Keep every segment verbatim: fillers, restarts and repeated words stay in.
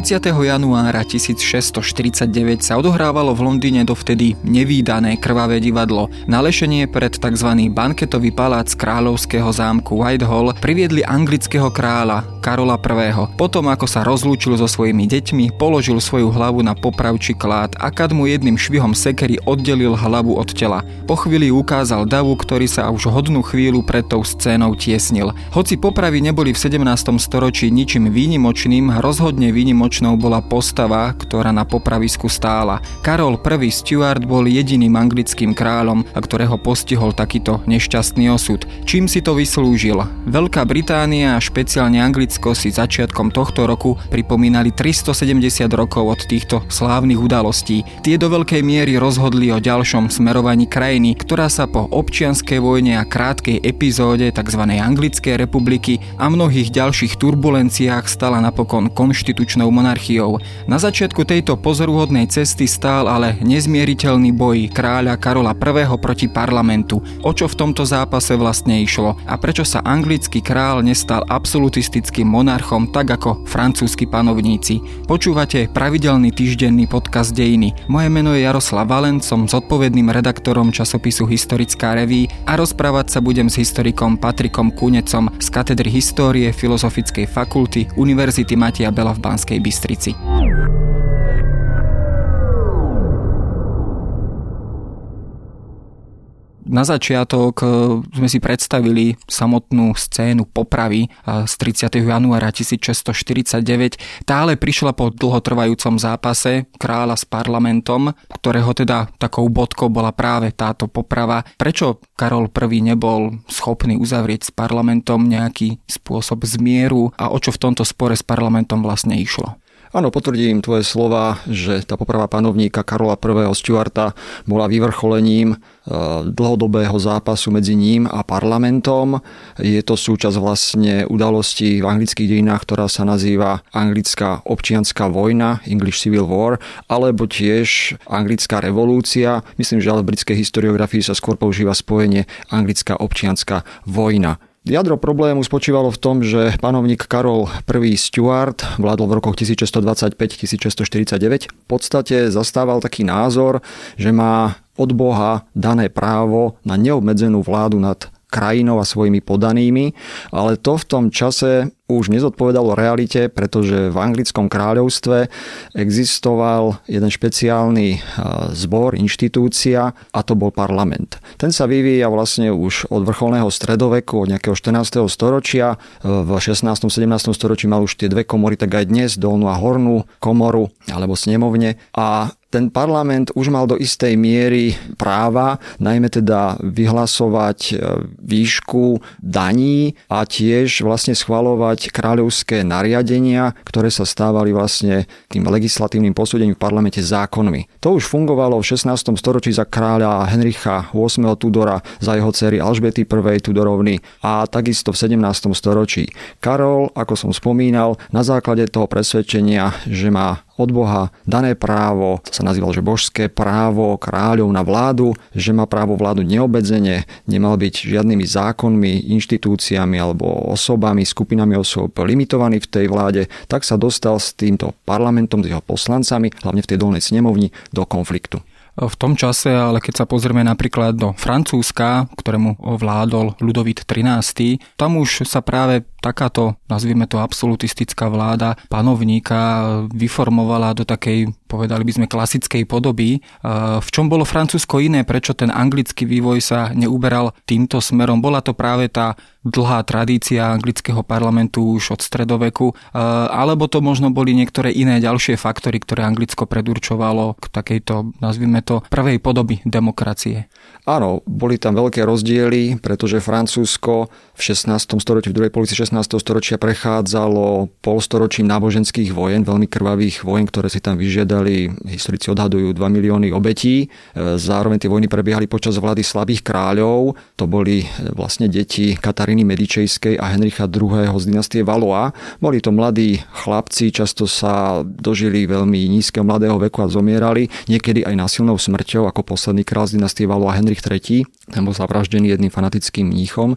tridsiateho januára tisícšesťstoštyridsaťdeväť sa odohrávalo v Londýne dovtedy nevídané krvavé divadlo. Na lešenie pred tzv. Banketový palác kráľovského zámku Whitehall priviedli anglického kráľa Karola prvého. Potom, ako sa rozlúčil so svojimi deťmi, položil svoju hlavu na popravčí klád a kad mu jedným švihom sekery oddelil hlavu od tela. Po chvíli ukázal davu, ktorý sa už hodnú chvíľu pred tou scénou tiesnil. Hoci popravy neboli v sedemnástom storočí ničím výnimočným, rozhodne výnimočnou bola postava, ktorá na popravisku stála. Karol prvý Stuart bol jediným anglickým kráľom, ktorého postihol takýto nešťastný osud. Čím si to vyslúžil? Veľká Británia a špeciálne Anglicko si začiatkom tohto roku pripomínali tristosedemdesiat rokov od týchto slávnych udalostí. Tie do veľkej miery rozhodli o ďalšom smerovaní krajiny, ktorá sa po občianskej vojne a krátkej epizóde tzv. Anglickej republiky a mnohých ďalších turbulenciách stala napokon konštitučnou monarchiou. Na začiatku tejto pozoruhodnej cesty stál ale nezmieriteľný boj kráľa Karola prvého proti parlamentu. O čo v tomto zápase vlastne išlo a prečo sa anglický kráľ nestal absolutistickým monarchom tak ako francúzski panovníci? Počúvate pravidelný týždenný podcast Dejiny. Moje meno je Jaroslav Valent, som zodpovedným redaktorom časopisu Historická reví a rozprávať sa budem s historikom Patrikom Kunecom z katedry histórie Filozofickej fakulty Univerzity Mateja Bela v Banskej Bystrici. Na začiatok sme si predstavili samotnú scénu popravy z tridsiateho januára tisícšesťstoštyridsaťdeväť. Tá ale prišla po dlhotrvajúcom zápase kráľa s parlamentom, ktorého teda takou bodkou bola práve táto poprava. Prečo Karol prvý nebol schopný uzavrieť s parlamentom nejaký spôsob zmieru a o čo v tomto spore s parlamentom vlastne išlo? Áno, potvrdím tvoje slova, že tá poprava panovníka Karola prvého Stuarta bola vyvrcholením dlhodobého zápasu medzi ním a parlamentom. Je to súčasť vlastne udalosti v anglických dejinách, ktorá sa nazýva anglická občianská vojna, English Civil War, alebo tiež anglická revolúcia. Myslím, že ale v britskej historiografii sa skôr používa spojenie anglická občianská vojna. Jadro problému spočívalo v tom, že panovník Karol prvý Stuart vládol v rokoch tisícšesťstodvadsaťpäť až tisícšesťstoštyridsaťdeväť. V podstate zastával taký názor, že má od Boha dané právo na neobmedzenú vládu nad krajinou a svojimi podanými, ale to v tom čase už nezodpovedalo realite, pretože v anglickom kráľovstve existoval jeden špeciálny zbor, inštitúcia a to bol parlament. Ten sa vyvíja vlastne už od vrcholného stredoveku, od nejakého štrnásteho storočia. V šestnástom sedemnástom storočí mal už tie dve komory, tak aj dnes dolnú a hornú komoru alebo snemovne a ten parlament už mal do istej miery práva, najmä teda vyhlasovať výšku daní a tiež vlastne schvaľovať kráľovské nariadenia, ktoré sa stávali vlastne tým legislatívnym posúdením v parlamente zákonmi. To už fungovalo v šestnástom storočí za kráľa Henricha ôsmeho Tudora, za jeho dcery Alžbety prvej Tudorovny a takisto v sedemnástom storočí. Karol, ako som spomínal, na základe toho presvedčenia, že má od Boha dané právo, to sa nazývalo, že božské právo kráľov na vládu, že má právo vládu neobmedzene, nemal byť žiadnymi zákonmi, inštitúciami alebo osobami, skupinami osôb limitovaný v tej vláde, tak sa dostal s týmto parlamentom, s jeho poslancami, hlavne v tej dolnej snemovni, do konfliktu. V tom čase, ale keď sa pozrieme napríklad do Francúzska, ktorému vládol Ľudovít trinásty, tam už sa práve takáto, nazvime to absolutistická vláda panovníka vyformovala do takej, povedali by sme, klasickej podoby. V čom bolo Francúzsko iné? Prečo ten anglický vývoj sa neuberal týmto smerom? Bola to práve tá dlhá tradícia anglického parlamentu už od stredoveku, alebo to možno boli niektoré iné ďalšie faktory, ktoré Anglicko predurčovalo k takejto, nazvime to, prvej podoby demokracie? Áno, boli tam veľké rozdiely, pretože Francúzsko v šestnástom storočí, v druhej polovici šestnásteho storočia prechádzalo polstoročím náboženských vojen, veľmi krvavých vojen, ktoré si tam vyžiadali, historici odhadujú dva milióny obetí. Zároveň tie vojny prebiehali počas vlády slabých kráľov, to boli vlastne deti Kataríny Medičejskej a Henricha druhého z dynastie Valois. Boli to mladí chlapci, často sa dožili veľmi nízkeho mladého veku a zomierali, niekedy aj násilnou smrťou, ako posledný kráľ z dynastie Valois Henrich tretí. bol zavraždený jedným fanatickým mníchom.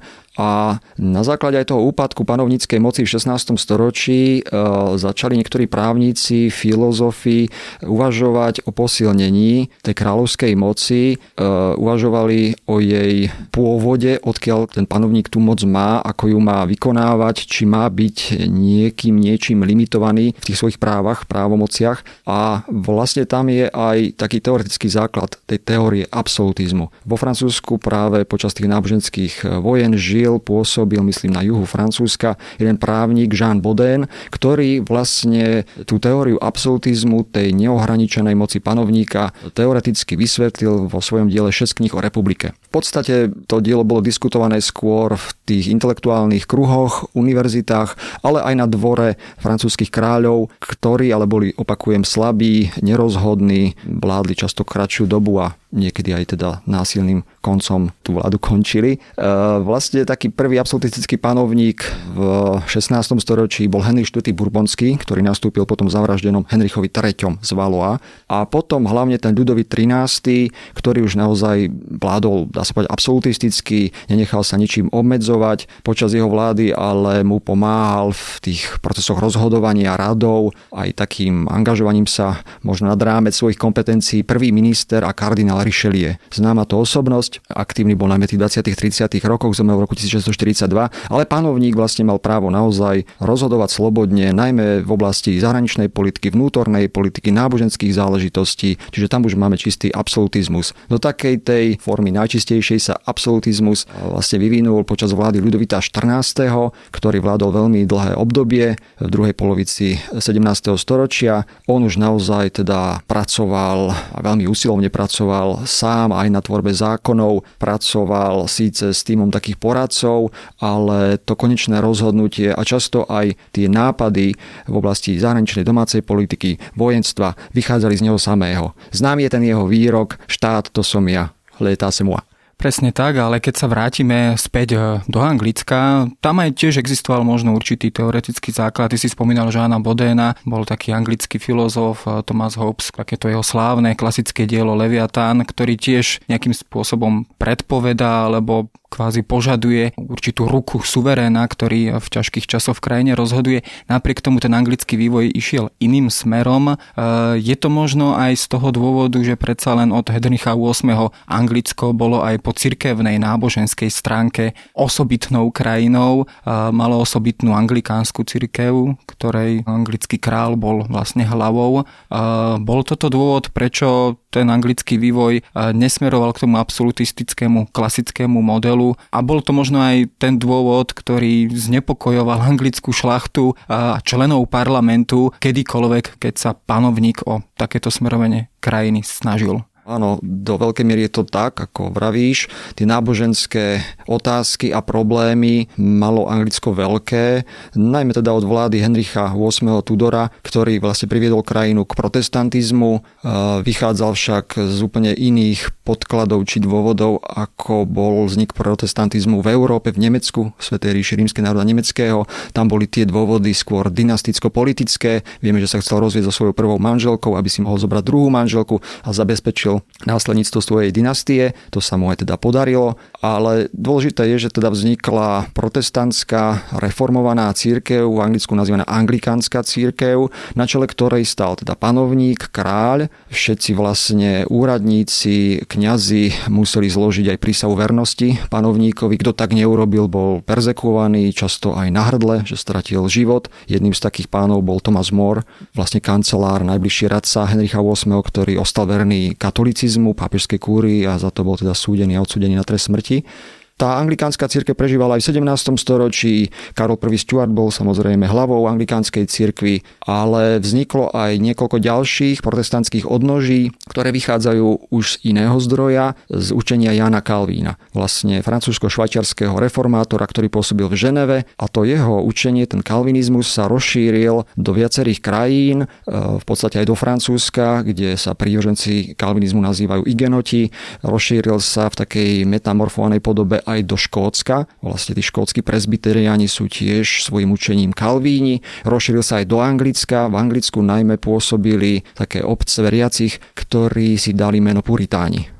A na základe aj toho úpadku panovníckej moci v šestnástom storočí e, začali niektorí právnici, filozofi uvažovať o posilnení tej kráľovskej moci, e, uvažovali o jej pôvode, odkiaľ ten panovník tú moc má, ako ju má vykonávať, či má byť niekým niečím limitovaný v tých svojich právach, právomociach. A vlastne tam je aj taký teoretický základ tej teórie absolutizmu. Vo Francúzsku práve počas tých náboženských vojen žil, pôsobil, myslím, na juhu Francúzska, jeden právnik Jean Bodin, ktorý vlastne tú teóriu absolutizmu, tej neohraničenej moci panovníka, teoreticky vysvetlil vo svojom diele šesť kníh o republike. V podstate to dielo bolo diskutované skôr v tých intelektuálnych kruhoch, univerzitách, ale aj na dvore francúzskych kráľov, ktorí ale boli, opakujem, slabí, nerozhodní, vládli často kratšiu dobu a niekedy aj teda násilným koncom tú vládu končili. E, vlastne taký prvý absolutistický panovník v šestnástom storočí bol Henry štvrtý Bourbonský, ktorý nastúpil potom zavraždenom Henrichovi treťom z Valois. A potom hlavne ten Ľudovít trinásty, ktorý už naozaj vládol, dá sa povedať, absolutisticky, nenechal sa ničím obmedzovať počas jeho vlády, ale mu pomáhal v tých procesoch rozhodovania radov, aj takým angažovaním sa možno nad rámec svojich kompetencií prvý minister a kardinál Richelieu. Známa to osobnosť, aktívny bol najmä v tých dvadsiatych tridsiatych rokoch, zomrel v roku tisícšesťstoštyridsaťdva, ale panovník vlastne mal právo naozaj rozhodovať slobodne, najmä v oblasti zahraničnej politiky, vnútornej politiky, náboženských záležitostí, čiže tam už máme čistý absolutizmus. Do takej tej formy najčistejšej sa absolutizmus vlastne vyvinul počas vlády Ľudovíta štrnásteho, ktorý vládol veľmi dlhé obdobie v druhej polovici sedemnásteho storočia. On už naozaj teda pracoval a veľmi usilovne pracoval sám aj na tvorbe zákonov, pracoval síce s tímom takých poradcov, ale to konečné rozhodnutie a často aj tie nápady v oblasti zahraničnej domácej politiky, vojenstva vychádzali z neho samého. Znám je ten jeho výrok: štát to som ja, l'état c'est moi. Presne tak, ale keď sa vrátime späť do Anglicka, tam aj tiež existoval možno určitý teoretický základ. Ty si spomínal Jeana Bodéna, bol taký anglický filozof, Thomas Hobbes, takéto jeho slávne klasické dielo Leviatán, ktorý tiež nejakým spôsobom predpovedá alebo kvázi požaduje určitú ruku suveréna, ktorý v ťažkých časoch v krajine rozhoduje. Napriek tomu ten anglický vývoj išiel iným smerom. Je to možno aj z toho dôvodu, že predsa len od Henricha ôsmeho Anglicko bolo aj po cirkevnej náboženskej stránke osobitnou krajinou. Malo osobitnú anglikánsku cirkev, ktorej anglický král bol vlastne hlavou. Bol toto dôvod, prečo ten anglický vývoj nesmeroval k tomu absolutistickému klasickému modelu a bol to možno aj ten dôvod, ktorý znepokojoval anglickú šlachtu a členov parlamentu kedykoľvek, keď sa panovník o takéto smerovanie krajiny snažil. Áno, do veľkej miery je to tak, ako vravíš. Tie náboženské otázky a problémy malo Anglicko veľké, najmä teda od vlády Henricha ôsmeho Tudora, ktorý vlastne priviedol krajinu k protestantizmu, vychádzal však z úplne iných podkladov či dôvodov, ako bol vznik protestantizmu v Európe, v Nemecku, v Svätej ríši rímskeho národa nemeckého. Tam boli tie dôvody skôr dynasticko-politické. Vieme, že sa chcel rozviesť so svojou prvou manželkou, aby si mohol zobrať druhú manželku a zabezpečil následníctvo svojej dynastie. To sa mu aj teda podarilo, ale dôležité je, že teda vznikla protestantská reformovaná cirkev, v Anglicku nazývaná anglikánska cirkev, na čele ktorej stal teda panovník, kráľ. Všetci vlastne úradníci, kňazi museli zložiť aj prísahu vernosti panovníkovi. Kto tak neurobil, bol perzekvovaný, často aj na hrdle, že stratil život. Jedným z takých pánov bol Thomas More, vlastne kancelár, najbližší radca Henricha ôsmeho, ktorý ostal verný katolicizmu, pápežskej kúrii a za to bol teda súdený a odsúdený na trest smrti. Tá anglikánska cirkev prežívala aj v sedemnástom storočí. Karol prvý Stuart bol samozrejme hlavou anglikánskej cirkvi, ale vzniklo aj niekoľko ďalších protestantských odnoží, ktoré vychádzajú už z iného zdroja, z učenia Jána Kalvína, vlastne francúzsko-švajčiarskeho reformátora, ktorý pôsobil v Ženeve, a to jeho učenie, ten kalvinizmus, sa rozšíril do viacerých krajín, v podstate aj do Francúzska, kde sa prívrženci kalvinizmu nazývajú igenoti. Rozšíril sa v takej metamorfovanej podobe aj do Škótska. Vlastne tí škótski presbyteriáni sú tiež svojím učením kalvíni. Rozšíril sa aj do Anglicka. V Anglicku najmä pôsobili také obce veriacich, ktorí si dali meno Puritáni.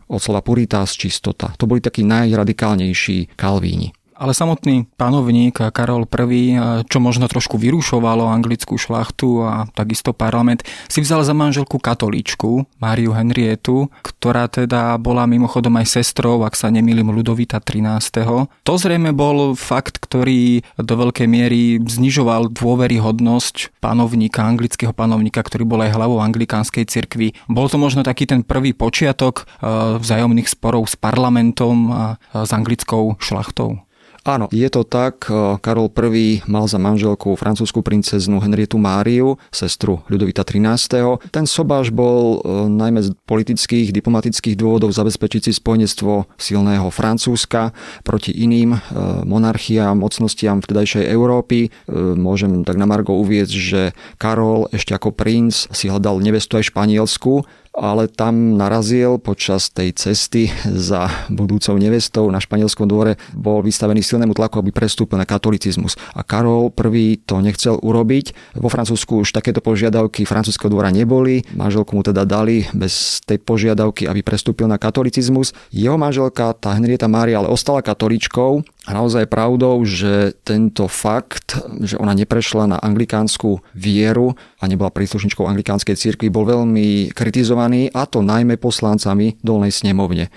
od slova puritas, čistota. To boli takí najradikálnejší kalvíni. Ale samotný panovník Karol I., čo možno trošku vyrušovalo anglickú šlachtu a takisto parlament, si vzal za manželku katolíčku, Máriu Henrietu, ktorá teda bola mimochodom aj sestrou, ak sa nemýlim, Ľudovita trinásteho. To zrejme bol fakt, ktorý do veľkej miery znižoval dôveryhodnosť panovníka, anglického panovníka, ktorý bol aj hlavou anglikánskej cirkvi. Bol to možno taký ten prvý počiatok vzájomných sporov s parlamentom a s anglickou šlachtou. Áno, je to tak. Karol I. mal za manželku francúzsku princeznu Henrietu Máriu, sestru Ľudovita trinásteho. Ten sobáš bol najmä z politických, diplomatických dôvodov zabezpečiť si spojenectvo silného Francúzska proti iným monarchiám, mocnostiam vtedajšej Európy. Môžem tak na margo uviesť, že Karol ešte ako princ si hľadal nevestu aj Španielsku, ale tam narazil počas tej cesty za budúcou nevestou na španielskom dvore, bol vystavený silnému tlaku, aby prestúpil na katolicizmus. A Karol I. to nechcel urobiť. Vo Francúzsku už takéto požiadavky francúzskeho dvora neboli. Manželku mu teda dali bez tej požiadavky, aby prestúpil na katolicizmus. Jeho manželka, tá Henrieta Mária, ale ostala katolíčkou. A naozaj pravdou, že tento fakt, že ona neprešla na anglikánsku vieru a nebola príslušničkou anglikánskej cirkvi, bol veľmi kritizovaný, a to najmä poslancami dolnej snemovne.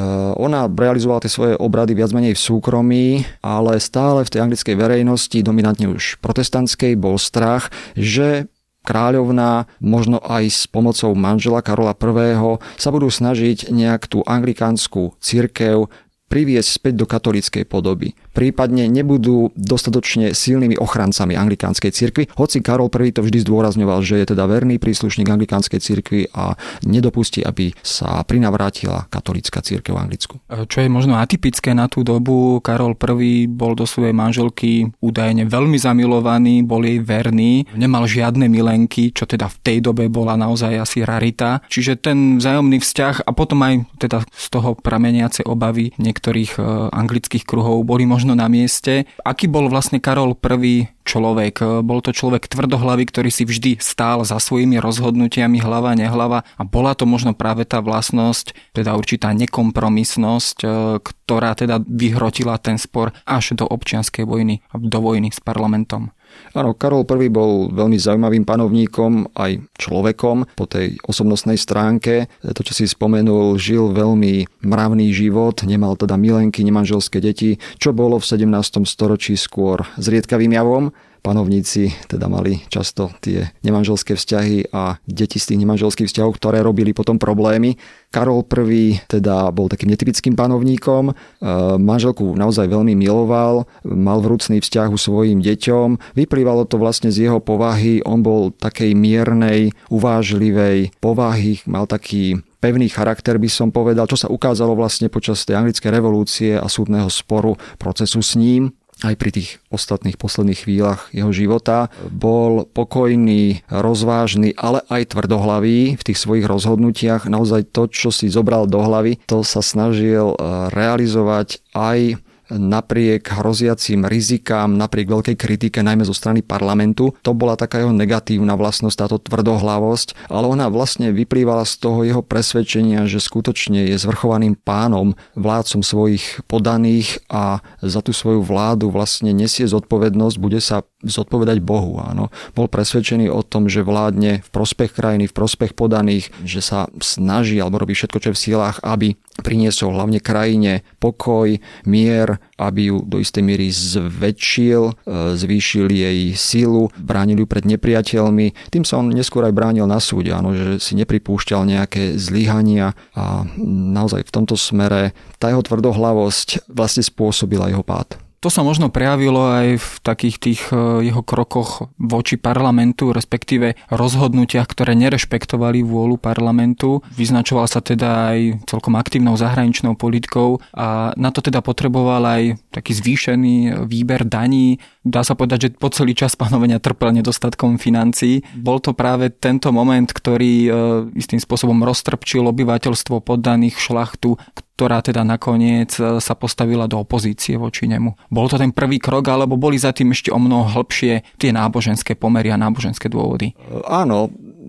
Ona realizovala tie svoje obrady viac menej v súkromí, ale stále v tej anglickej verejnosti, dominantne už protestantskej, bol strach, že kráľovná, možno aj s pomocou manžela Karola I. sa budú snažiť nejak tú anglikánsku cirkev priviesť späť do katolíckej podoby. Prípadne nebudú dostatočne silnými ochrancami anglikánskej cirkvi, hoci Karol I. to vždy zdôrazňoval, že je teda verný príslušník anglikánskej cirkvi a nedopustí, aby sa prinavrátila katolícka cirkev v Anglicku. Čo je možno atypické na tú dobu, Karol I. bol do svojej manželky údajne veľmi zamilovaný, bol jej verný, nemal žiadne milenky, čo teda v tej dobe bola naozaj asi rarita. Čiže ten vzájomný vzťah a potom aj teda z toho prameniace obavy niektorých anglických kruhov boli možno na mieste. Aký bol vlastne Karol I. človek? Bol to človek tvrdohlavý, ktorý si vždy stál za svojimi rozhodnutiami, hlava, nehlava, a bola to možno práve tá vlastnosť, teda určitá nekompromisnosť, ktorá teda vyhrotila ten spor až do občianskej vojny, do vojny s parlamentom. Áno, Karol I. bol veľmi zaujímavým panovníkom, aj človekom po tej osobnostnej stránke. To, čo si spomenul, žil veľmi mravný život, nemal teda milenky, nemanželské deti, čo bolo v sedemnástom storočí skôr zriedkavým javom. Panovníci teda mali často tie nemanželské vzťahy a deti z tých nemanželských vzťahov, ktoré robili potom problémy. Karol I. teda bol takým netypickým panovníkom, manželku naozaj veľmi miloval, mal vrúcný vzťah ku svojim deťom. Vyplývalo to vlastne z jeho povahy, on bol takej miernej, uvážlivej povahy, mal taký pevný charakter, by som povedal, čo sa ukázalo vlastne počas tej anglickej revolúcie a súdneho sporu, procesu s ním. Aj pri tých ostatných posledných chvíľach jeho života bol pokojný, rozvážny, ale aj tvrdohlavý v tých svojich rozhodnutiach. Naozaj to, čo si zobral do hlavy, to sa snažil realizovať aj napriek hroziacim rizikám, napriek veľkej kritike, najmä zo strany parlamentu. To bola taká jeho negatívna vlastnosť, táto tvrdohlavosť, ale ona vlastne vyplývala z toho jeho presvedčenia, že skutočne je zvrchovaným pánom, vládcom svojich podaných a za tú svoju vládu vlastne nesie zodpovednosť, bude sa zodpovedať Bohu. Áno. Bol presvedčený o tom, že vládne v prospech krajiny, v prospech podaných, že sa snaží alebo robí všetko, čo je v silách, aby priniesol hlavne krajine pokoj, mier, aby ju do istej miery zväčšil, zvýšil jej silu, bránil ju pred nepriateľmi. Tým sa on neskôr aj bránil na súde, áno, že si nepripúšťal nejaké zlyhania a naozaj v tomto smere tá jeho tvrdohlavosť vlastne spôsobila jeho pád. To sa možno prejavilo aj v takých tých jeho krokoch voči parlamentu, respektíve rozhodnutiach, ktoré nerešpektovali vôľu parlamentu. Vyznačoval sa teda aj celkom aktívnou zahraničnou politikou a na to teda potreboval aj taký zvýšený výber daní. Dá sa povedať, že po celý čas panovania trpel nedostatkom financií. Bol to práve tento moment, ktorý istým spôsobom roztrpčil obyvateľstvo poddaných, šlachtu, ktorá teda nakoniec sa postavila do opozície voči nemu. Bol to ten prvý krok, alebo boli za tým ešte o mnoho hlbšie tie náboženské pomery a náboženské dôvody? Áno,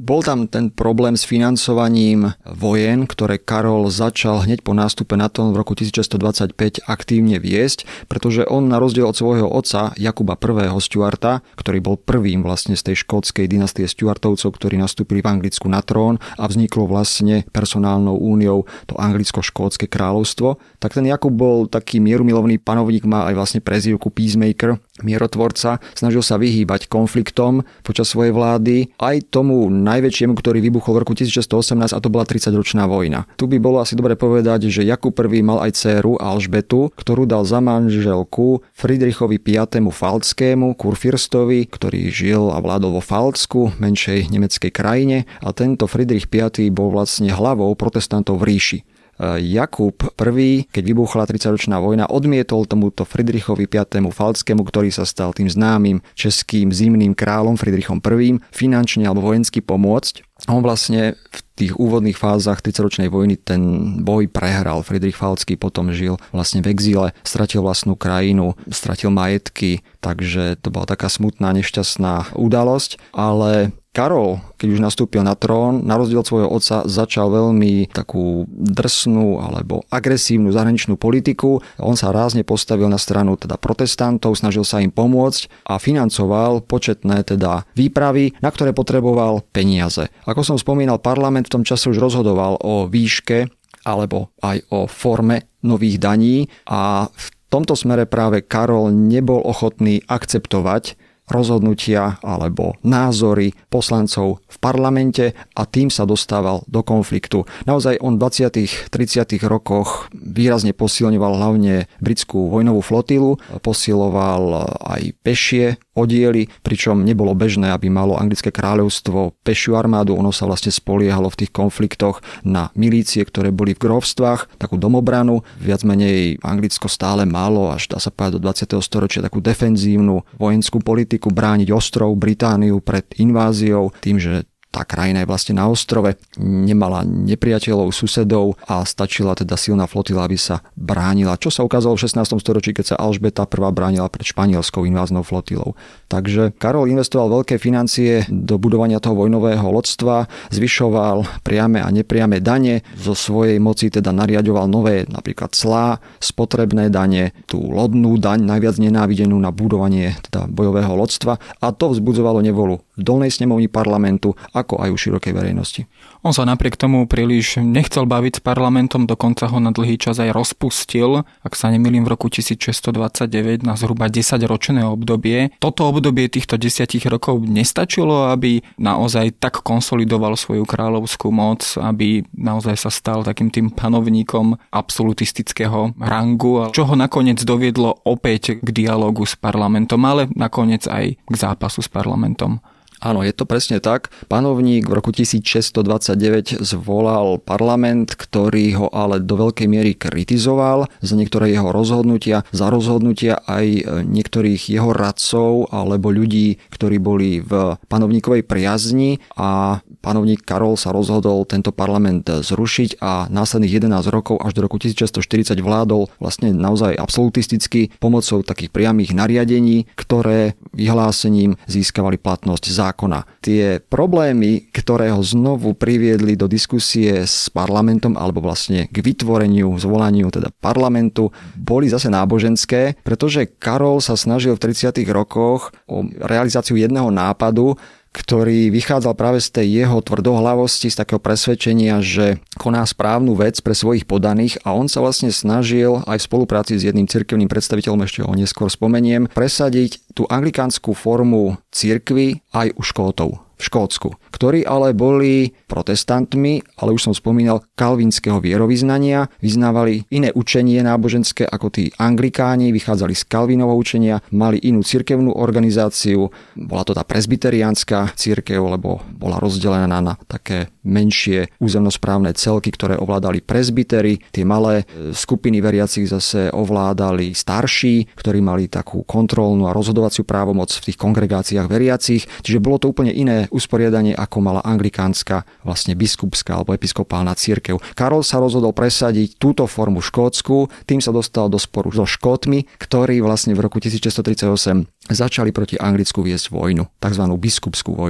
bol tam ten problém s financovaním vojen, ktoré Karol začal hneď po nástupe na trón v roku tisícšesťstodvadsaťpäť aktívne viesť, pretože on na rozdiel od svojho otca Jakuba prvého. Stuarta, ktorý bol prvým vlastne z tej škótskej dynastie Stuartovcov, ktorí nastúpili v Anglicku na trón a vzniklo vlastne personálnou úniou to anglicko-škótske kráľovstvo, tak ten Jakub bol taký mierumilovný panovník, má aj vlastne prezývku Peacemaker, mierotvorca, snažil sa vyhýbať konfliktom počas svojej vlády, aj tomu najväčšiemu, ktorý vybuchol v roku tisícšesťstoosemnásť, a to bola tridsaťročná vojna. Tu by bolo asi dobre povedať, že Jakub prvý. Mal aj dcéru Alžbetu, ktorú dal za manželku Friedrichovi piatemu. Pfalzskému, kurfürstovi, ktorý žil a vládol vo Pfalzsku, menšej nemeckej krajine, a tento Friedrich piaty. Bol vlastne hlavou protestantov v ríši. Jakub prvý., keď vybuchla tridsaťročná vojna, odmietol tomuto Friedrichovi piatemu. Pfalzskému, ktorý sa stal tým známym českým zimným kráľom Friedrichom prvým. finančne alebo vojensky pomôcť. On vlastne v tých úvodných fázach tridsaťročnej vojny ten boj prehral. Friedrich Pfalzský potom žil vlastne v exíle, stratil vlastnú krajinu, stratil majetky, takže to bola taká smutná, nešťastná udalosť, ale Karol, keď už nastúpil na trón, na rozdiel od svojho otca začal veľmi takú drsnú alebo agresívnu zahraničnú politiku. On sa rázne postavil na stranu teda protestantov, snažil sa im pomôcť a financoval početné teda výpravy, na ktoré potreboval peniaze. Ako som spomínal, parlament v tom čase už rozhodoval o výške alebo aj o forme nových daní a v tomto smere práve Karol nebol ochotný akceptovať rozhodnutia alebo názory poslancov v parlamente a tým sa dostával do konfliktu. Naozaj on v dvadsiatych tridsiatych rokoch výrazne posilňoval hlavne britskú vojnovú flotilu, posiloval aj pešie oddiely, pričom nebolo bežné, aby malo anglické kráľovstvo pešiu armádu. Ono sa vlastne spoliehalo v tých konfliktoch na milície, ktoré boli v grófstvách, takú domobranu. Viac menej Anglicko stále malo, až dá sa povedať do dvadsiateho storočia, takú defenzívnu vojenskú politiku, brániť ostrov Britániu pred inváziou, tým, že tá krajina je vlastne na ostrove, nemala nepriateľov, susedov a stačila teda silná flotila, aby sa bránila. Čo sa ukázalo v šestnástom storočí, keď sa Alžbeta prvá bránila pred španielskou inváznou flotilou. Takže Karol investoval veľké financie do budovania toho vojnového lodstva, zvyšoval priame a nepriame dane, zo svojej moci teda nariaďoval nové napríklad clá, spotrebné dane, tú lodnú daň, najviac nenávidenú na budovanie teda bojového lodstva, a to vzbudzovalo nevolu v dolnej snemovni parlamentu, ako aj u širokej verejnosti. On sa napriek tomu príliš nechcel baviť s parlamentom, dokonca ho na dlhý čas aj rozpustil, ak sa nemýlim v roku tisícšesťstodvadsaťdeväť na zhruba desaťročné obdobie. Toto obdobie týchto desiatich rokov nestačilo, aby naozaj tak konsolidoval svoju kráľovskú moc, aby naozaj sa stal takým tým panovníkom absolutistického rangu, čo ho nakoniec doviedlo opäť k dialógu s parlamentom, ale nakoniec aj k zápasu s parlamentom. Áno, je to presne tak. Panovník v roku tisícšesťstodvadsaťdeväť zvolal parlament, ktorý ho ale do veľkej miery kritizoval za niektoré jeho rozhodnutia, za rozhodnutia aj niektorých jeho radcov alebo ľudí, ktorí boli v panovníkovej priazni, a panovník Karol sa rozhodol tento parlament zrušiť a následných jedenásť rokov až do roku tisícšesťstoštyridsať vládol vlastne naozaj absolutisticky pomocou takých priamých nariadení, ktoré vyhlásením získavali platnosť zákona. Zákona. Tie problémy, ktoré ho znovu priviedli do diskusie s parlamentom alebo vlastne k vytvoreniu, zvolaniu teda parlamentu, boli zase náboženské, pretože Karol sa snažil v tridsiatych rokoch o realizáciu jedného nápadu, ktorý vychádzal práve z tej jeho tvrdohlavosti, z takého presvedčenia, že koná správnu vec pre svojich podaných, a on sa vlastne snažil aj v spolupráci s jedným cirkevným predstaviteľom, ešte ho neskôr spomeniem, presadiť tú anglikánsku formu cirkvi aj u Škótov v Škótsku, ktorí ale boli protestantmi, ale už som spomínal, kalvínskeho vierovyznania, vyznávali iné učenie náboženské ako tí anglikáni, vychádzali z Kalvínovho učenia, mali inú cirkevnú organizáciu, bola to tá presbyteriánska cirkev, lebo bola rozdelená na také menšie územnosprávne celky, ktoré ovládali presbytery, tie malé skupiny veriacich zase ovládali starší, ktorí mali takú kontrolnú a rozhodovaciu právomoc v tých kongregáciách veriacich, čiže bolo to úplne iné usporiadanie, ako mala anglikánska, vlastne biskupská alebo episkopálna cirkev. Karol sa rozhodol presadiť túto formu škótsku, tým sa dostal do sporu so Škótmi, ktorí vlastne v roku tisícšesťstotridsaťosem začali proti Anglicku viesť vojnu, takzvanú biskupskú vojnu.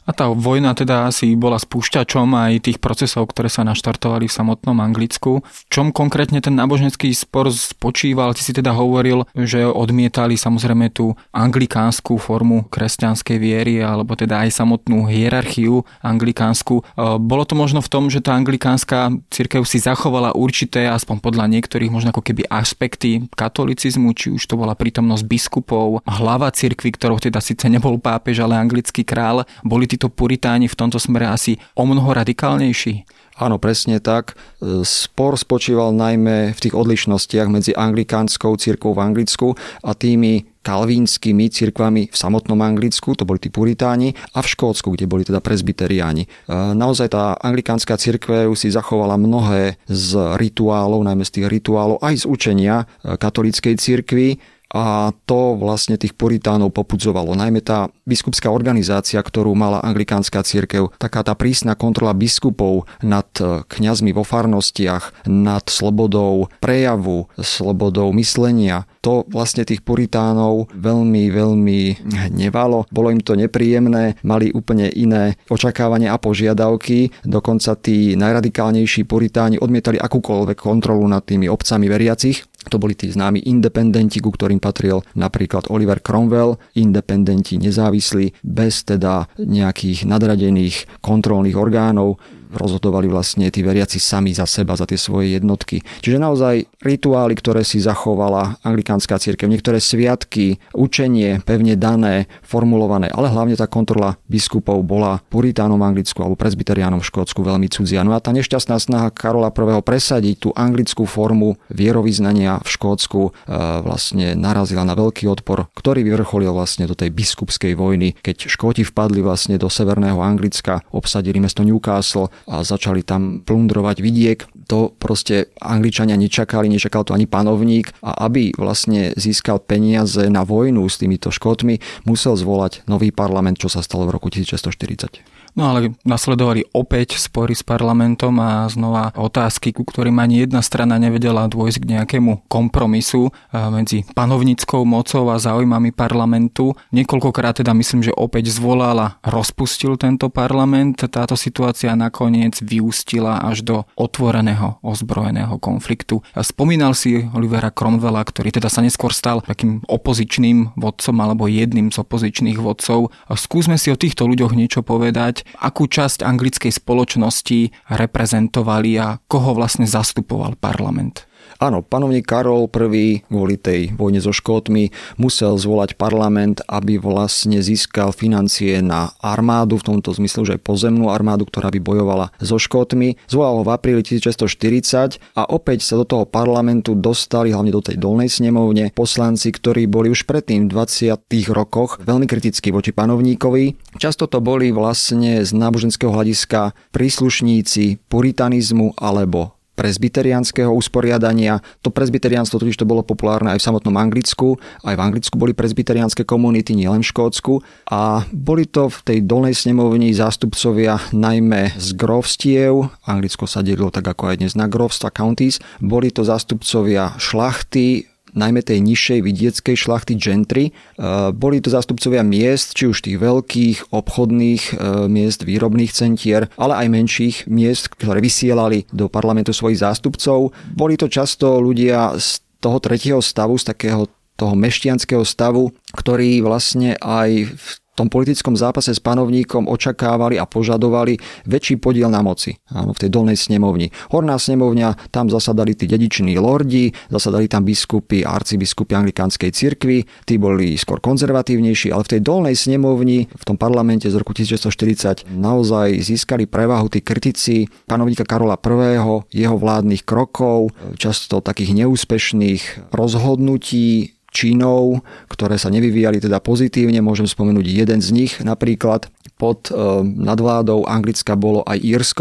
A tá vojna teda asi bola spúšťačom aj tých procesov, ktoré sa naštartovali v samotnom Anglicku. V čom konkrétne ten náboženský spor spočíval? Ty si teda hovoril, že odmietali samozrejme tú anglikánsku formu kresťanskej viery, alebo teda aj samotnú hierarchiu anglikánsku. Bolo to možno v tom, že tá anglikánska cirkev si zachovala určité, aspoň podľa niektorých možno ako keby aspekty katolicizmu, či už to bola prítomnosť biskupov, hlava cirkvi, ktorou teda síce nebol pápež, ale anglický král. Boli títo puritáni v tomto smere asi o mnoho radikálnejší? Áno, presne tak. Spor spočíval najmä v tých odlišnostiach medzi anglikánskou cirkvou v Anglicku a tými kalvínskymi cirkvami v samotnom Anglicku, to boli tí puritáni, a v Škótsku, kde boli teda presbyteriáni. Naozaj tá anglikánska cirkev si zachovala mnohé z rituálov, najmä z tých rituálov, aj z učenia katolíckej cirkvi, a to vlastne tých puritánov popudzovalo. Najmä tá biskupská organizácia, ktorú mala anglikánska cirkev, taká tá prísna kontrola biskupov nad kňazmi vo farnostiach, nad slobodou prejavu, slobodou myslenia, to vlastne tých puritánov veľmi, veľmi hnevalo. Bolo im to nepríjemné, mali úplne iné očakávania a požiadavky. Dokonca tí najradikálnejší puritáni odmietali akúkoľvek kontrolu nad tými obcami veriacich. To boli tí známi independenti, ku ktorým patril napríklad Oliver Cromwell, independenti nezávislí, bez teda nejakých nadradených kontrolných orgánov. Rozhodovali vlastne tí veriaci sami za seba, za tie svoje jednotky. Čiže naozaj rituály, ktoré si zachovala anglikánska cirkev, niektoré sviatky, učenie pevne dané, formulované, ale hlavne tá kontrola biskupov bola puritánom v Anglicku alebo presbyteriánom v Škótsku veľmi cudzia. No a tá nešťastná snaha Karola I. presadiť tú anglickú formu vierovyznania v Škótsku vlastne narazila na veľký odpor, ktorý vyvrcholil vlastne do tej biskupskej vojny, keď Škóti vpadli vlastne do severného Anglicka, obsadili mesto Newcastle a začali tam plundrovať vidiek. To proste Angličania nečakali, nečakal to ani panovník, a aby vlastne získal peniaze na vojnu s týmito Škótmi, musel zvolať nový parlament, čo sa stalo v roku tisícšesťstoštyridsať. No ale nasledovali opäť spory s parlamentom a znova otázky, ku ktorým ani jedna strana nevedela dôjsť k nejakému kompromisu medzi panovníckou mocou a záujmami parlamentu. Niekoľkokrát teda myslím, že opäť zvolal a rozpustil tento parlament. Táto situácia nakoniec vyústila až do otvoreného ozbrojeného konfliktu. Spomínal si Olivera Cromwella, ktorý teda sa neskôr stal takým opozičným vodcom alebo jedným z opozičných vodcov. Skúsme si o týchto ľuďoch niečo povedať. Akú časť anglickej spoločnosti reprezentovali a koho vlastne zastupoval parlament? Áno, panovník Karol I. kvôli tej vojne so Škótmi musel zvolať parlament, aby vlastne získal financie na armádu, v tomto zmysle, že aj pozemnú armádu, ktorá by bojovala so Škótmi. Zvolal ho v apríli tisícšesťstoštyridsať a opäť sa do toho parlamentu dostali, hlavne do tej dolnej snemovne, poslanci, ktorí boli už predtým v dvadsiatych rokoch veľmi kritickí voči panovníkovi. Často to boli vlastne z náboženského hľadiska príslušníci puritanizmu alebo presbyteriánskeho usporiadania. To presbyteriánstvo totiž to bolo populárne aj v samotnom Anglicku. Aj v Anglicku boli presbyteriánske komunity, nielen v Škótsku. A boli to v tej dolnej snemovni zástupcovia najmä z grófstiev. Anglicko sa delilo tak ako aj dnes na grófstva, counties. Boli to zástupcovia šlachty, najmä tej nižšej vidieckej šlachty gentry. Boli to zástupcovia miest, či už tých veľkých obchodných miest, výrobných centier, ale aj menších miest, ktoré vysielali do parlamentu svojich zástupcov. Boli to často ľudia z toho tretieho stavu, z takého toho mešťanského stavu, ktorí vlastne aj v v tom politickom zápase s panovníkom očakávali a požadovali väčší podiel na moci. Áno, v tej dolnej snemovni. Horná snemovňa, tam zasadali tí dediční lordi, zasadali tam biskupy a arcibiskupy anglikánskej cirkvi, tí boli skôr konzervatívnejší, ale v tej dolnej snemovni, v tom parlamente z roku tisícšesťstoštyridsať naozaj získali prevahu tí kritici panovníka Karola I., jeho vládnych krokov, často takých neúspešných rozhodnutí, činov, ktoré sa nevyvíjali teda pozitívne. Môžem spomenúť jeden z nich, napríklad pod nadvládou Anglicka bolo aj Írsko.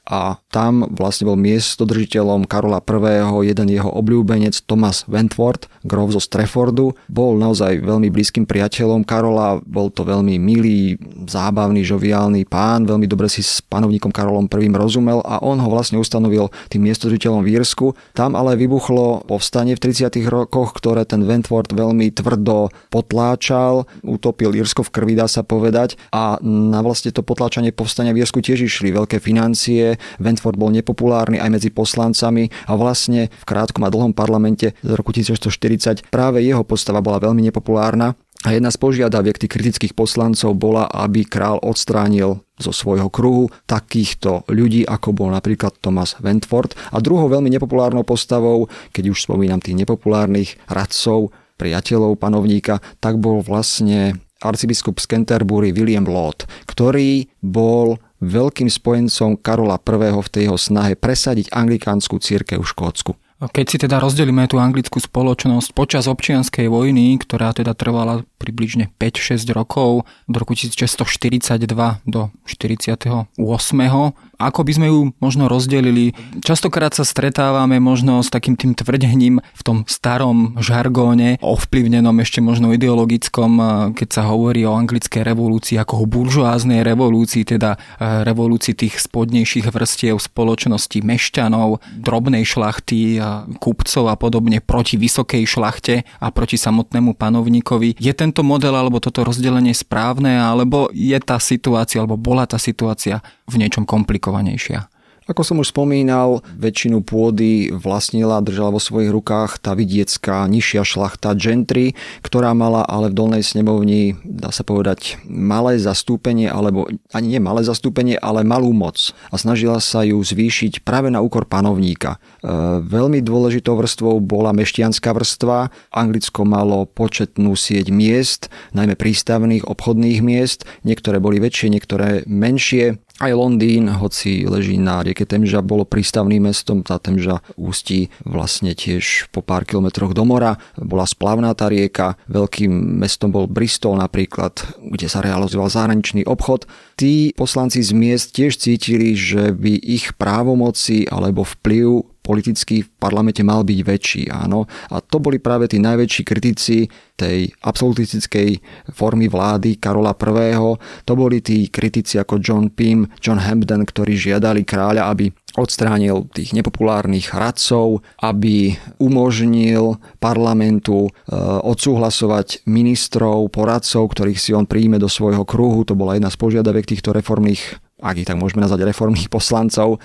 a tam vlastne bol miestodržiteľom Karola prvého. jeden jeho obľúbenec Thomas Wentworth, grof zo Streffordu. Bol naozaj veľmi blízkym priateľom Karola, bol to veľmi milý, zábavný, žoviálny pán, veľmi dobre si s panovníkom Karolom prvým rozumel a on ho vlastne ustanovil tým miestodržiteľom v Írsku. Tam ale vybuchlo povstanie v tridsiatych rokoch, ktoré ten Wentworth veľmi tvrdo potláčal, utopil Írsko v krvi, dá sa povedať, a na vlastne to potláčanie povstania v Írsku tiež išli veľké financie. Wentworth bol nepopulárny aj medzi poslancami a vlastne v krátkom a dlhom parlamente z roku tisícšesťstoštyridsať práve jeho postava bola veľmi nepopulárna. A jedna z požiadaviek tých kritických poslancov bola, aby král odstránil zo svojho kruhu takýchto ľudí, ako bol napríklad Thomas Wentworth. A druhou veľmi nepopulárnou postavou, keď už spomínam tých nepopulárnych radcov, priateľov panovníka, tak bol vlastne arcibiskup z Canterbury William Laud, ktorý bol veľkým spojencom Karola prvého. v tej jeho snahe presadiť anglikánsku cirkev v Škótsku. Keď si teda rozdelíme tú anglickú spoločnosť počas občianskej vojny, ktorá teda trvala približne päť šesť rokov, do roku tisícšesťstoštyridsaťdva do štyridsiateho ôsmeho Ako by sme ju možno rozdelili? Častokrát sa stretávame možno s takým tým tvrdhním v tom starom žargóne, ovplyvnenom ešte možno ideologickom, keď sa hovorí o anglickej revolúcii ako o buržoáznej revolúcii, teda revolúcii tých spodnejších vrstiev spoločnosti, mešťanov, drobnej šlachty, kupcov a podobne proti vysokej šlachte a proti samotnému panovníkovi. Je tento model alebo toto rozdelenie správne, alebo je tá situácia, alebo bola tá situácia v niečom komplikovanejšia? Ako som už spomínal, väčšinu pôdy vlastnila, držala vo svojich rukách tá vidiecká nižšia šlachta gentry, ktorá mala ale v dolnej snemovni, dá sa povedať, malé zastúpenie, alebo ani nie malé zastúpenie, ale malú moc. A snažila sa ju zvýšiť práve na úkor panovníka. E, veľmi dôležitou vrstvou bola mešťanská vrstva. Anglicko malo početnú sieť miest, najmä prístavných obchodných miest. Niektoré boli väčšie, niektoré menšie. Aj Londýn, hoci leží na rieke Temža, bolo prístavným mestom. Tá Temža ústí vlastne tiež po pár kilometroch do mora. Bola splavná tá rieka. Veľkým mestom bol Bristol napríklad, kde sa realizoval zahraničný obchod. Tí poslanci z miest tiež cítili, že by ich právomoci alebo vplyv politicky v parlamente mal byť väčší, áno. A to boli práve tí najväčší kritici tej absolutistickej formy vlády Karola prvého. To boli tí kritici ako John Pym, John Hampden, ktorí žiadali kráľa, aby odstránil tých nepopulárnych radcov, aby umožnil parlamentu odsúhlasovať ministrov, poradcov, ktorých si on príjme do svojho kruhu. To bola jedna z požiadaviek týchto reformných, ak ich tak môžeme nazvať, reformných poslancov.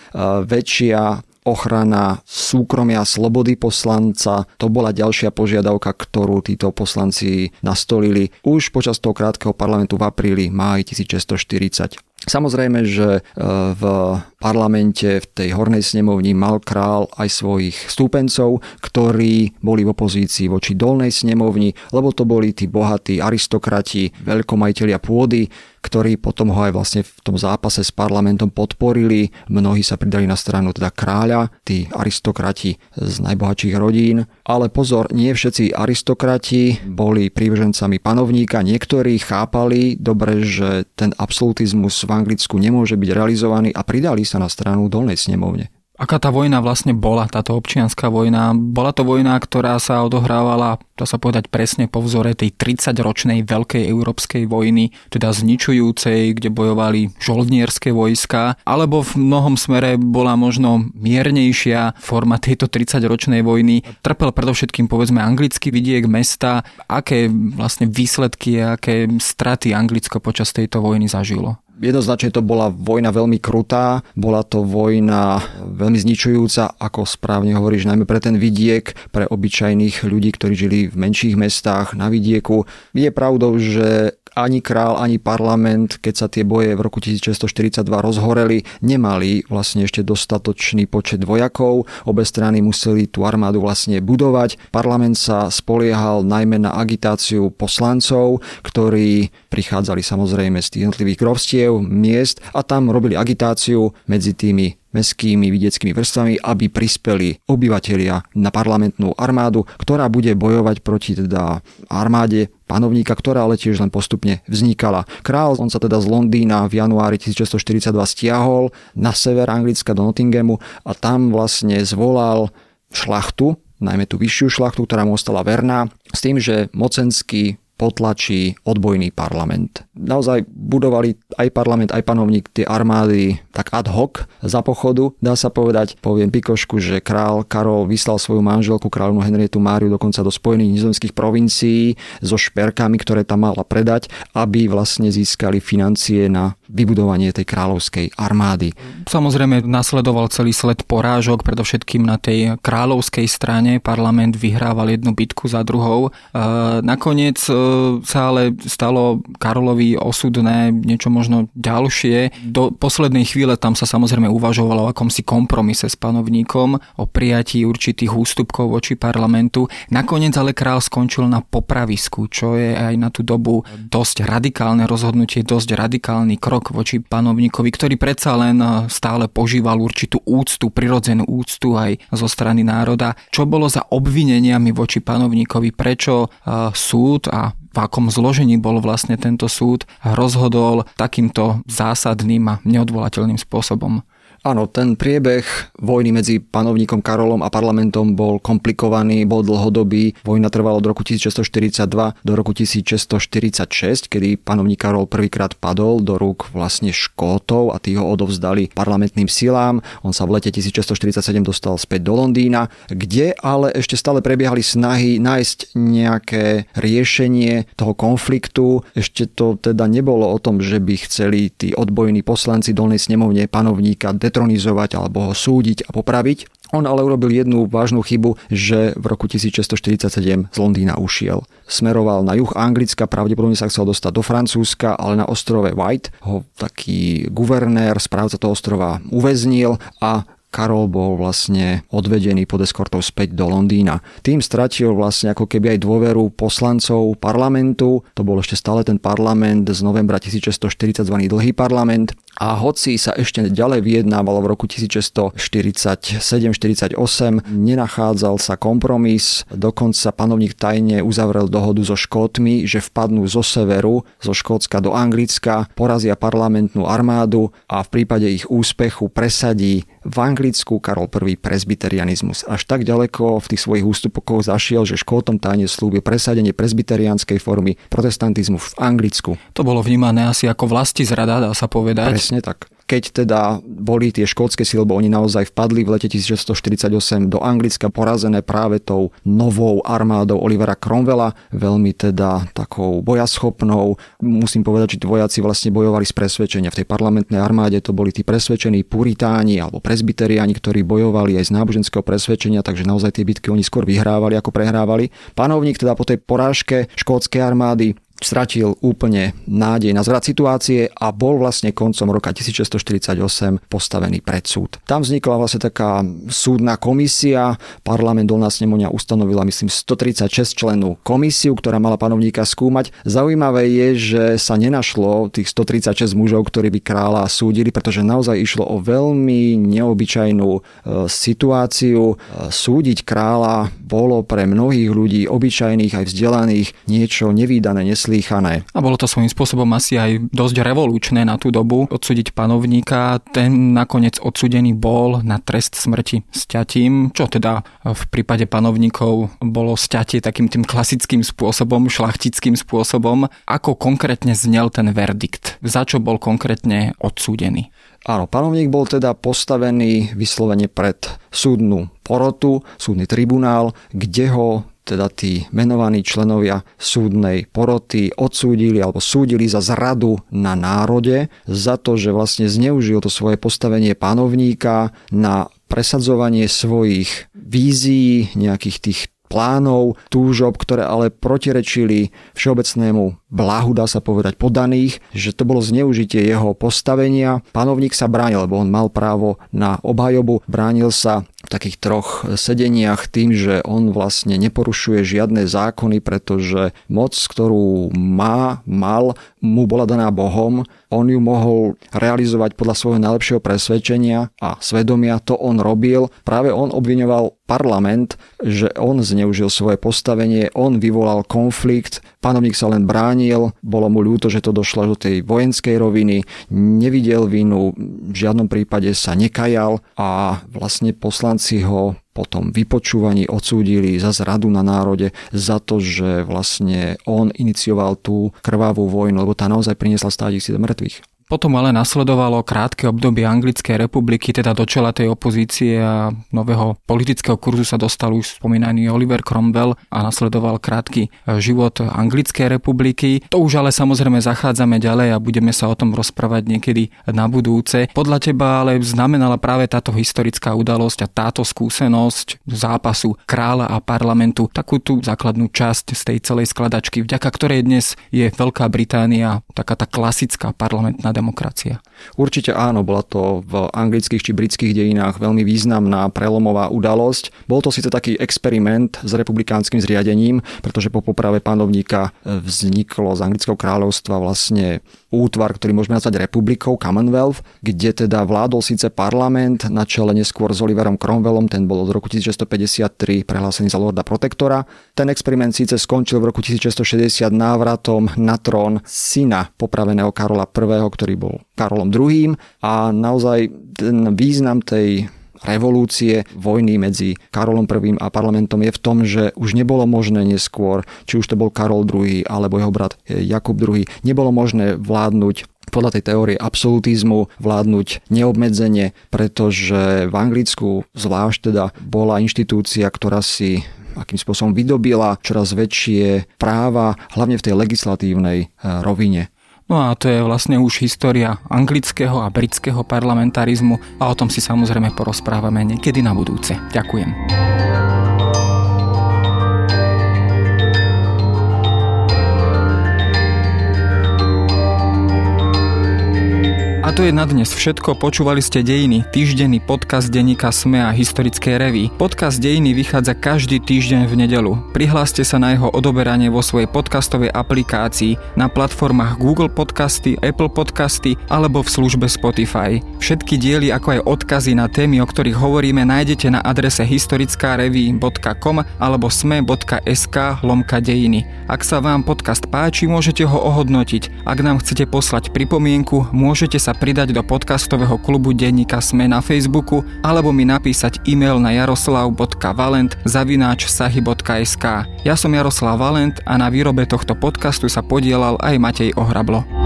Väčšia ochrana súkromia, slobody poslanca, to bola ďalšia požiadavka, ktorú títo poslanci nastolili už počas toho krátkeho parlamentu v apríli, máji tisícšesťstoštyridsať. Samozrejme, že v parlamente, v tej hornej snemovni mal král aj svojich stúpencov, ktorí boli v opozícii voči dolnej snemovni, lebo to boli tí bohatí aristokrati, veľkomajitelia pôdy, ktorí potom ho aj vlastne v tom zápase s parlamentom podporili. Mnohí sa pridali na stranu teda kráľa, tí aristokrati z najbohatších rodín. Ale pozor, nie všetci aristokrati boli prívržencami panovníka. Niektorí chápali dobre, že ten absolutizmus v Anglicku nemôže byť realizovaný a pridali sa na stranu dolnej snemovne. Aká tá vojna vlastne bola, táto občianska vojna? Bola to vojna, ktorá sa odohrávala, to sa povedať presne po vzore tej tridsaťročnej veľkej európskej vojny, teda zničujúcej, kde bojovali žoldnierské vojska, alebo v mnohom smere bola možno miernejšia forma tejto tridsaťročnej vojny. Trpel predovšetkým, povedzme, anglický vidiek, mesta. Aké vlastne výsledky, aké straty Anglicko počas tejto vojny zažilo? Jednoznačne to bola vojna veľmi krutá, bola to vojna veľmi zničujúca, ako správne hovoríš, najmä pre ten vidiek, pre obyčajných ľudí, ktorí žili v menších mestách na vidieku. Je pravdou, že ani král, ani parlament, keď sa tie boje v roku tisícšesťstoštyridsaťdva rozhoreli, nemali vlastne ešte dostatočný počet vojakov. Obe strany museli tú armádu vlastne budovať. Parlament sa spoliehal najmä na agitáciu poslancov, ktorí prichádzali samozrejme z tých jednotlivých grovstiev, miest a tam robili agitáciu medzi tými mestskými vidieckými vrstvami, aby prispeli obyvatelia na parlamentnú armádu, ktorá bude bojovať proti teda armáde panovníka, ktorá ale tiež len postupne vznikala. Král, on sa teda z Londýna v januári tisícšesťstoštyridsaťdva stiahol na sever Anglicka do Nottinghamu a tam vlastne zvolal šlachtu, najmä tú vyššiu šlachtu, ktorá mu ostala verná, s tým, že mocenský potlačí odbojný parlament. Naozaj budovali aj parlament, aj panovník tie armády tak ad hoc za pochodu. Dá sa povedať, poviem pikošku, že král Karol vyslal svoju manželku, kráľovnu Henrietu Máriu, dokonca do Spojených nizozemských provincií so šperkami, ktoré tam mala predať, aby vlastne získali financie na vybudovanie tej kráľovskej armády. Samozrejme nasledoval celý sled porážok, predovšetkým na tej kráľovskej strane. Parlament vyhrával jednu bitku za druhou. Nakoniec sa ale stalo Karolovi osudné niečo možno ďalšie. Do poslednej chvíle tam sa samozrejme uvažovalo o akomsi kompromise s panovníkom, o prijatí určitých ústupkov voči parlamentu. Nakoniec ale král skončil na popravisku, čo je aj na tú dobu dosť radikálne rozhodnutie, dosť radikálny krok voči panovníkovi, ktorý predsa len stále požíval určitú úctu, prirodzenú úctu aj zo strany národa. Čo bolo za obvineniami voči panovníkovi? Prečo súd a v akom zložení bol vlastne tento súd rozhodol takýmto zásadným a neodvolateľným spôsobom? Áno, ten priebeh vojny medzi panovníkom Karolom a parlamentom bol komplikovaný, bol dlhodobý. Vojna trvala od roku tisícšesťstoštyridsaťdva do roku tisícšesťstoštyridsaťšesť, kedy panovník Karol prvýkrát padol do rúk vlastne Škótov a tí ho odovzdali parlamentným silám. On sa v lete tisícšesťstoštyridsaťsedem dostal späť do Londýna, kde ale ešte stále prebiehali snahy nájsť nejaké riešenie toho konfliktu. Ešte to teda nebolo o tom, že by chceli tí odbojní poslanci dolnej snemovne panovníka detronizovať alebo ho súdiť a popraviť. On ale urobil jednu vážnu chybu, že v roku tisícšesťstoštyridsaťsedem z Londýna ušiel. Smeroval na juh Anglicka, pravdepodobne sa chcel dostať do Francúzska, ale na ostrove White ho taký guvernér, správca toho ostrova uväznil a Karol bol vlastne odvedený pod eskortou späť do Londýna. Tým stratil vlastne ako keby aj dôveru poslancov parlamentu. To bol ešte stále ten parlament z novembra tisícšesťstoštyridsať zvaný dlhý parlament. A hoci sa ešte ďalej vyjednávalo v roku tisícšesťstoštyridsaťsedem štyridsaťosem, nenachádzal sa kompromis. Dokonca panovník tajne uzavrel dohodu so Škótmi, že vpadnú zo severu, zo Škótska do Anglicka, porazia parlamentnú armádu a v prípade ich úspechu presadí v Anglicku Karol I. presbyterianizmus. Až tak ďaleko v tých svojich ústupokoch zašiel, že Škótom tajne slúbil presadenie presbyteriánskej formy protestantizmu v Anglicku. To bolo vnímané asi ako vlastizrada, dá sa povedať. Presne tak. Keď teda boli tie škótske sily, lebo oni naozaj vpadli v lete tisícšesťstoštyridsaťosem do Anglicka, porazené práve tou novou armádou Olivera Cromwella, veľmi teda takou bojaschopnou. Musím povedať, že tí vojaci vlastne bojovali z presvedčenia. V tej parlamentnej armáde to boli tí presvedčení puritáni alebo presbyteriáni, ktorí bojovali aj z náboženského presvedčenia, takže naozaj tie bitky oni skôr vyhrávali ako prehrávali. Panovník teda po tej porážke škótskej armády stratil úplne nádej na zvrat situácie a bol vlastne koncom roka tisícšesťstoštyridsaťosem postavený pred súd. Tam vznikla vlastne taká súdna komisia, parlament dolná snemovňa ustanovila myslím stotridsaťšesť člennú komisiu, ktorá mala panovníka skúmať. Zaujímavé je, že sa nenašlo tých stotridsaťšesť mužov, ktorí by kráľa súdili, pretože naozaj išlo o veľmi neobyčajnú e, situáciu. E, súdiť kráľa bolo pre mnohých ľudí, obyčajných aj vzdelaných, niečo nevídané, neslíchané. A bolo to svojím spôsobom asi aj dosť revolučné na tú dobu odsúdiť panovníka. Ten nakoniec odsúdený bol na trest smrti sťatím, čo teda v prípade panovníkov bolo sťatie takým tým klasickým spôsobom, šlachtickým spôsobom. Ako konkrétne znel ten verdikt? Za čo bol konkrétne odsúdený? Áno, panovník bol teda postavený vyslovene pred súdnu porotu, súdny tribunál, kde ho teda tí menovaní členovia súdnej poroty odsúdili alebo súdili za zradu na národe, za to, že vlastne zneužil to svoje postavenie panovníka na presadzovanie svojich vízií, nejakých tých plánov, túžob, ktoré ale protirečili všeobecnému blahu, dá sa povedať, podaných, že to bolo zneužitie jeho postavenia. Panovník sa bránil, lebo on mal právo na obhajobu, bránil sa v takých troch sedeniach tým, že on vlastne neporušuje žiadne zákony, pretože moc, ktorú má, mal, mu bola daná Bohom, on ju mohol realizovať podľa svojho najlepšieho presvedčenia a svedomia, to on robil. Práve on obviňoval parlament, že on zneužil svoje postavenie, on vyvolal konflikt, panovník sa len bránil, bolo mu ľúto, že to došlo do tej vojenskej roviny, nevidel vinu, v žiadnom prípade sa nekajal a vlastne poslanci ho potom vypočúvaní odsúdili za zradu na národe, za to, že vlastne on inicioval tú krvavú vojnu, lebo tá naozaj priniesla státisíc mŕtvych. Potom ale nasledovalo krátke obdobie Anglickej republiky, teda do čela tej opozície a nového politického kurzu sa dostal už spomínaný Oliver Cromwell a nasledoval krátky život Anglickej republiky. To už ale samozrejme zachádzame ďalej a budeme sa o tom rozprávať niekedy na budúce. Podľa teba ale znamenala práve táto historická udalosť a táto skúsenosť zápasu kráľa a parlamentu takú tú základnú časť z tej celej skladačky, vďaka ktorej dnes je Veľká Británia taká tá klasická parlamentná demokracia. Určite áno, bola to v anglických či britských dejinách veľmi významná prelomová udalosť. Bol to síce taký experiment s republikánskym zriadením, pretože po poprave panovníka vzniklo z Anglického kráľovstva vlastne útvar, ktorý môžeme nazvať republikou, Commonwealth, kde teda vládol síce parlament na čele neskôr s Oliverom Cromwellom, ten bol od roku tisícšesťstopäťdesiattri prehlásený za lorda protektora. Ten experiment síce skončil v roku tisícšesťstošesťdesiat návratom na trón syna popraveného Karola prvého, ktorý bol Karolom druhým. A naozaj ten význam tej revolúcie, vojny medzi Karolom prvým a parlamentom je v tom, že už nebolo možné neskôr, či už to bol Karol druhý alebo jeho brat Jakub druhý, nebolo možné vládnuť podľa tej teórie absolutizmu, vládnuť neobmedzenie, pretože v Anglicku zvlášť teda bola inštitúcia, ktorá si akým spôsobom vydobila čoraz väčšie práva, hlavne v tej legislatívnej rovine. No a to je vlastne už história anglického a britského parlamentarizmu a o tom si samozrejme porozprávame niekedy na budúce. Ďakujem. A to je na dnes všetko. Počúvali ste Dejiny, týždenný podcast denníka SME a historickej revue. Podcast Dejiny vychádza každý týždeň v nedeľu. Prihláste sa na jeho odoberanie vo svojej podcastovej aplikácii na platformách Google Podcasty, Apple Podcasty alebo v službe Spotify. Všetky diely, ako aj odkazy na témy, o ktorých hovoríme, nájdete na adrese historickarevue bodka com alebo sme bodka es ká lomka dejiny. Ak sa vám podcast páči, môžete ho ohodnotiť. Ak nám chcete poslať pripomienku, môžete sa pridať do podcastového klubu denníka SME na Facebooku alebo mi napísať e-mail na jaroslav bodka valent zavináč sahy bodka es ká. Ja som Jaroslav Valent a na výrobe tohto podcastu sa podielal aj Matej Ohrablo.